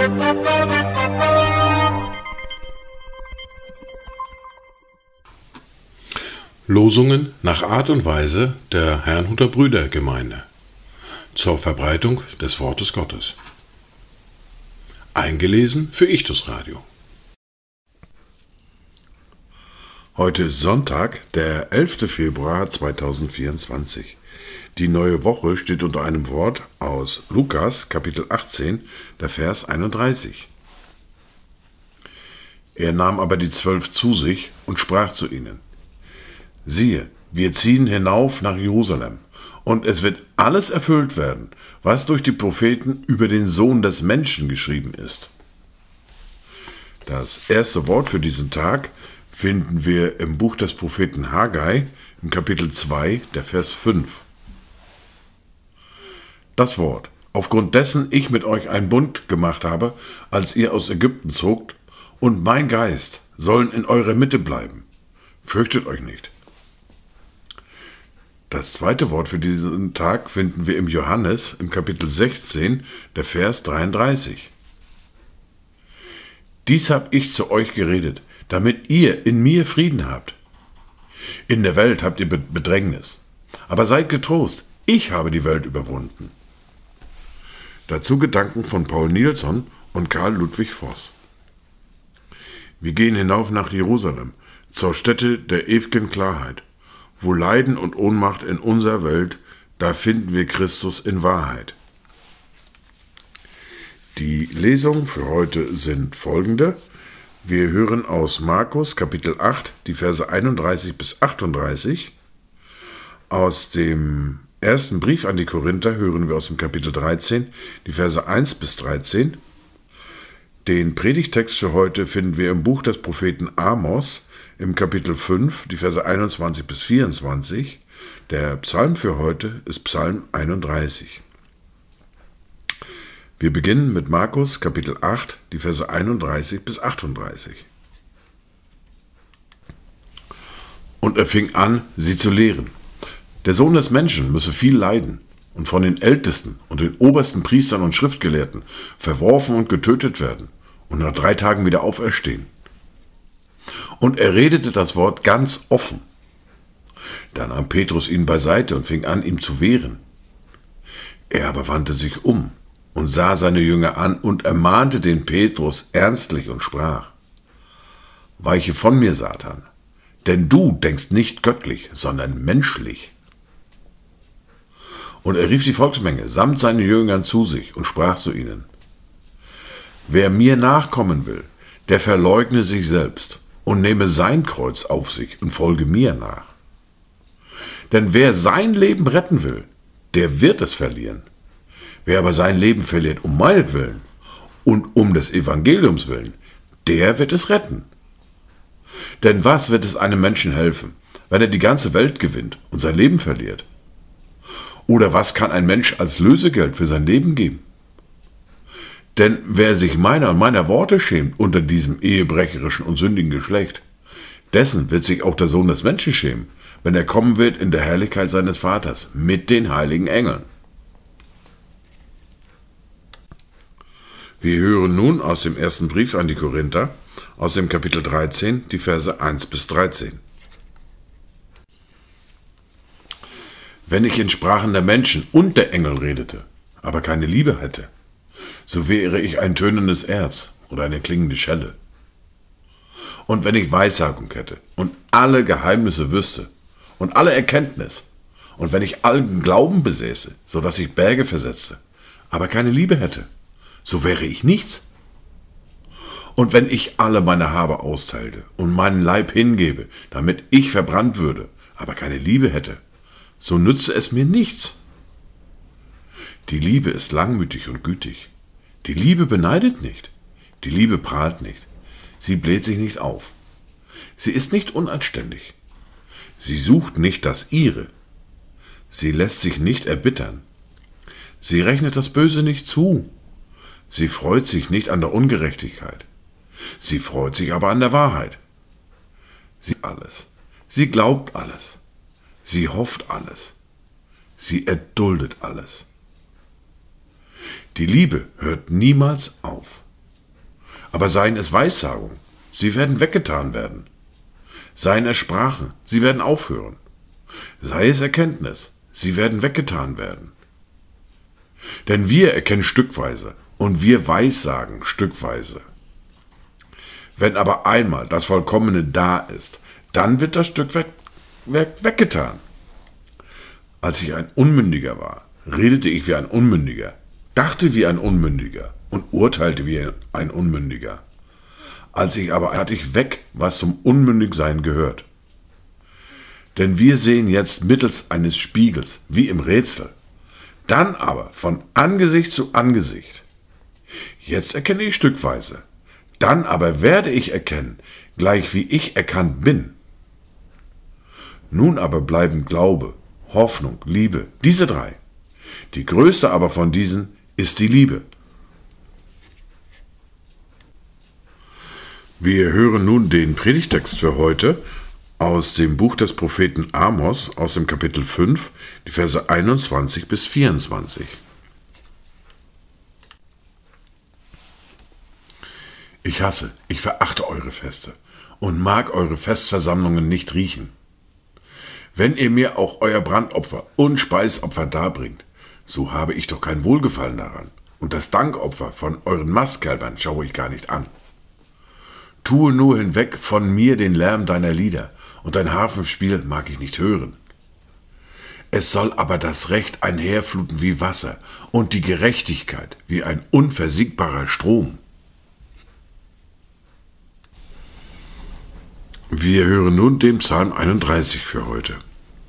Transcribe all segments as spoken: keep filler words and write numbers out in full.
Losungen nach Art und Weise der Herrnhuter Brüdergemeinde zur Verbreitung des Wortes Gottes. Eingelesen für Ichtus Radio. Heute ist Sonntag, der elfter Februar zweitausendvierundzwanzig. Die neue Woche steht unter einem Wort aus Lukas, Kapitel achtzehn, der Vers einunddreißig. Er nahm aber die Zwölf zu sich und sprach zu ihnen: Siehe, wir ziehen hinauf nach Jerusalem, und es wird alles erfüllt werden, was durch die Propheten über den Sohn des Menschen geschrieben ist. Das erste Wort für diesen Tag finden wir im Buch des Propheten Haggai, im Kapitel zwei, der Vers fünf. Das Wort: Aufgrund dessen ich mit euch einen Bund gemacht habe, als ihr aus Ägypten zogt, und mein Geist sollen in eurer Mitte bleiben. Fürchtet euch nicht. Das zweite Wort für diesen Tag finden wir im Johannes, im Kapitel sechzehn, der Vers dreiunddreißig. Dies habe ich zu euch geredet, damit ihr in mir Frieden habt. In der Welt habt ihr Bedrängnis, aber seid getrost, ich habe die Welt überwunden. Dazu Gedanken von Paul Nilsson und Karl Ludwig Voss. Wir gehen hinauf nach Jerusalem, zur Stätte der ewigen Klarheit. Wo Leiden und Ohnmacht in unserer Welt, da finden wir Christus in Wahrheit. Die Lesungen für heute sind folgende. Wir hören aus Markus Kapitel acht die Verse einunddreißig bis achtunddreißig. Aus dem ersten Brief an die Korinther hören wir aus dem Kapitel dreizehn die Verse eins bis dreizehn. Den Predigtext für heute finden wir im Buch des Propheten Amos, im Kapitel fünf, die Verse einundzwanzig bis vierundzwanzig. Der Psalm für heute ist Psalm einunddreißig. Wir beginnen mit Markus Kapitel acht, die Verse einunddreißig bis achtunddreißig. Und er fing an, sie zu lehren. Der Sohn des Menschen müsse viel leiden und von den Ältesten und den obersten Priestern und Schriftgelehrten verworfen und getötet werden und nach drei Tagen wieder auferstehen. Und er redete das Wort ganz offen. Da nahm Petrus ihn beiseite und fing an, ihm zu wehren. Er aber wandte sich um und sah seine Jünger an und ermahnte den Petrus ernstlich und sprach: Weiche von mir, Satan, denn du denkst nicht göttlich, sondern menschlich. Und er rief die Volksmenge samt seinen Jüngern zu sich und sprach zu ihnen: Wer mir nachkommen will, der verleugne sich selbst und nehme sein Kreuz auf sich und folge mir nach. Denn wer sein Leben retten will, der wird es verlieren. Wer aber sein Leben verliert um meinetwillen und um des Evangeliums willen, der wird es retten. Denn was wird es einem Menschen helfen, wenn er die ganze Welt gewinnt und sein Leben verliert? Oder was kann ein Mensch als Lösegeld für sein Leben geben? Denn wer sich meiner und meiner Worte schämt unter diesem ehebrecherischen und sündigen Geschlecht, dessen wird sich auch der Sohn des Menschen schämen, wenn er kommen wird in der Herrlichkeit seines Vaters mit den heiligen Engeln. Wir hören nun aus dem ersten Brief an die Korinther, aus dem Kapitel dreizehn, die Verse eins bis dreizehn. Wenn ich in Sprachen der Menschen und der Engel redete, aber keine Liebe hätte, so wäre ich ein tönendes Erz oder eine klingende Schelle. Und wenn ich Weissagung hätte und alle Geheimnisse wüsste und alle Erkenntnis, und wenn ich allen Glauben besäße, so dass ich Berge versetzte, aber keine Liebe hätte, so wäre ich nichts. Und wenn ich alle meine Habe austeilte und meinen Leib hingebe, damit ich verbrannt würde, aber keine Liebe hätte, so nütze es mir nichts. Die Liebe ist langmütig und gütig. Die Liebe beneidet nicht. Die Liebe prahlt nicht. Sie bläht sich nicht auf. Sie ist nicht unanständig. Sie sucht nicht das Ihre. Sie lässt sich nicht erbittern. Sie rechnet das Böse nicht zu. Sie freut sich nicht an der Ungerechtigkeit. Sie freut sich aber an der Wahrheit. Sie alles. Sie glaubt alles. Sie hofft alles. Sie erduldet alles. Die Liebe hört niemals auf. aber seien es Weissagungen, sie werden weggetan werden. Seien es Sprachen, sie werden aufhören. Sei es Erkenntnis, sie werden weggetan werden. Denn wir erkennen stückweise und wir weissagen stückweise. Wenn aber einmal das Vollkommene da ist, dann wird das Stückwerk weggetan. Als ich ein Unmündiger war, redete ich wie ein Unmündiger, dachte wie ein Unmündiger und urteilte wie ein Unmündiger. Als ich aber hatte ich weg, was zum Unmündigsein gehört. Denn wir sehen jetzt mittels eines Spiegels, wie im Rätsel, dann aber von Angesicht zu Angesicht. Jetzt erkenne ich stückweise, dann aber werde ich erkennen, gleich wie ich erkannt bin. Nun aber bleiben Glaube, Hoffnung, Liebe, diese drei. Die größte aber von diesen ist die Liebe. Wir hören nun den Predigtext für heute aus dem Buch des Propheten Amos, aus dem Kapitel fünf, die Verse einundzwanzig bis vierundzwanzig. Ich hasse, ich verachte eure Feste und mag eure Festversammlungen nicht riechen. Wenn ihr mir auch euer Brandopfer und Speisopfer darbringt, so habe ich doch kein Wohlgefallen daran, und das Dankopfer von euren Mastkälbern schaue ich gar nicht an. Tue nur hinweg von mir den Lärm deiner Lieder, und dein Harfenspiel mag ich nicht hören. Es soll aber das Recht einherfluten wie Wasser und die Gerechtigkeit wie ein unversiegbarer Strom. Wir hören nun den Psalm einunddreißig für heute.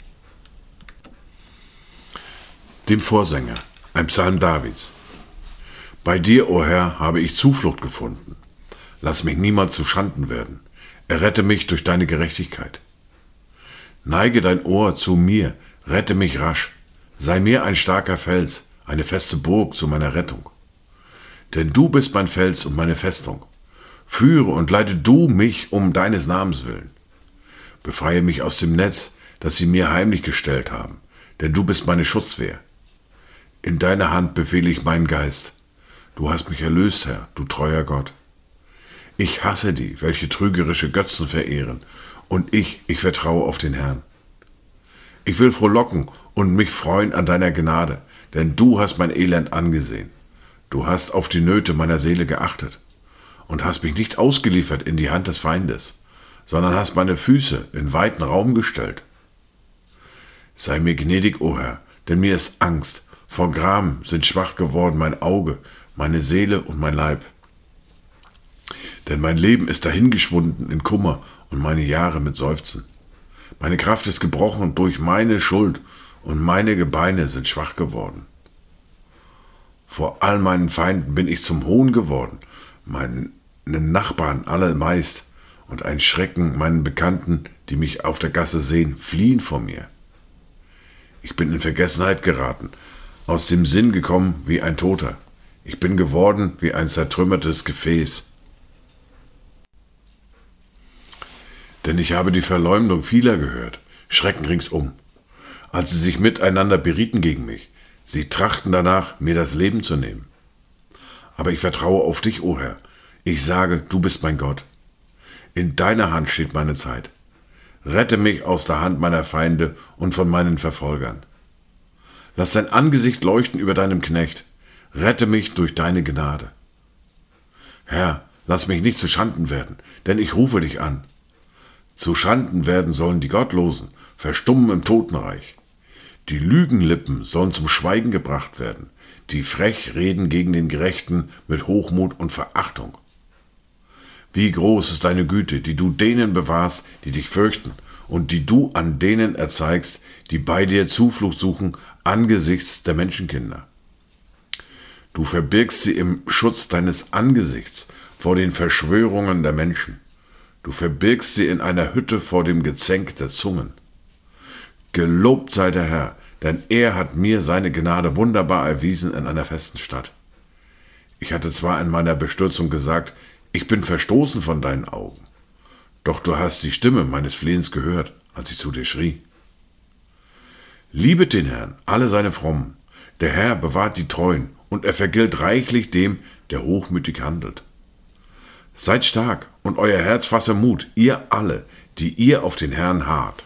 Dem Vorsänger, ein Psalm Davids. Bei dir, o Herr, habe ich Zuflucht gefunden. Lass mich niemals zu Schanden werden. Errette mich durch deine Gerechtigkeit. Neige dein Ohr zu mir, rette mich rasch. Sei mir ein starker Fels, eine feste Burg zu meiner Rettung. Denn du bist mein Fels und meine Festung. Führe und leite du mich um deines Namens willen. Befreie mich aus dem Netz, das sie mir heimlich gestellt haben, denn du bist meine Schutzwehr. In deine Hand befehle ich meinen Geist. Du hast mich erlöst, Herr, du treuer Gott. Ich hasse die, welche trügerische Götzen verehren, und ich, ich vertraue auf den Herrn. Ich will frohlocken und mich freuen an deiner Gnade, denn du hast mein Elend angesehen. Du hast auf die Nöte meiner Seele geachtet und hast mich nicht ausgeliefert in die Hand des Feindes, sondern hast meine Füße in weiten Raum gestellt. Sei mir gnädig, o Herr, denn mir ist Angst. Vor Gram sind schwach geworden mein Auge, meine Seele und mein Leib. Denn mein Leben ist dahingeschwunden in Kummer und meine Jahre mit Seufzen. Meine Kraft ist gebrochen durch meine Schuld und meine Gebeine sind schwach geworden. Vor all meinen Feinden bin ich zum Hohn geworden, meinen Nachbarn alle meist, und ein Schrecken meinen Bekannten, die mich auf der Gasse sehen, fliehen vor mir. Ich bin in Vergessenheit geraten, aus dem Sinn gekommen wie ein Toter. Ich bin geworden wie ein zertrümmertes Gefäß. Denn ich habe die Verleumdung vieler gehört, Schrecken ringsum, als sie sich miteinander berieten gegen mich. Sie trachten danach, mir das Leben zu nehmen. Aber ich vertraue auf dich, o Herr. Ich sage, du bist mein Gott. In deiner Hand steht meine Zeit. Rette mich aus der Hand meiner Feinde und von meinen Verfolgern. Lass dein Angesicht leuchten über deinem Knecht. Rette mich durch deine Gnade. Herr, lass mich nicht zu Schanden werden, denn ich rufe dich an. Zu Schanden werden sollen die Gottlosen, verstummen im Totenreich. Die Lügenlippen sollen zum Schweigen gebracht werden, die frech reden gegen den Gerechten mit Hochmut und Verachtung. Wie groß ist deine Güte, die du denen bewahrst, die dich fürchten, und die du an denen erzeigst, die bei dir Zuflucht suchen angesichts der Menschenkinder. Du verbirgst sie im Schutz deines Angesichts vor den Verschwörungen der Menschen. Du verbirgst sie in einer Hütte vor dem Gezänk der Zungen. Gelobt sei der Herr, denn er hat mir seine Gnade wunderbar erwiesen in einer festen Stadt. Ich hatte zwar in meiner Bestürzung gesagt, ich bin verstoßen von deinen Augen, doch du hast die Stimme meines Flehens gehört, als ich zu dir schrie. Liebet den Herrn, alle seine Frommen. Der Herr bewahrt die Treuen, und er vergilt reichlich dem, der hochmütig handelt. Seid stark und euer Herz fasse Mut, ihr alle, die ihr auf den Herrn harrt.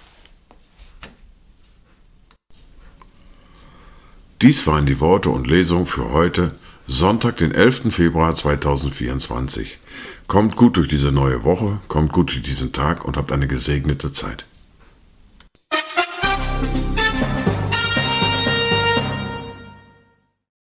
Dies waren die Worte und Lesungen für heute, Sonntag, den elften Februar zweitausendvierundzwanzig. Kommt gut durch diese neue Woche, kommt gut durch diesen Tag und habt eine gesegnete Zeit.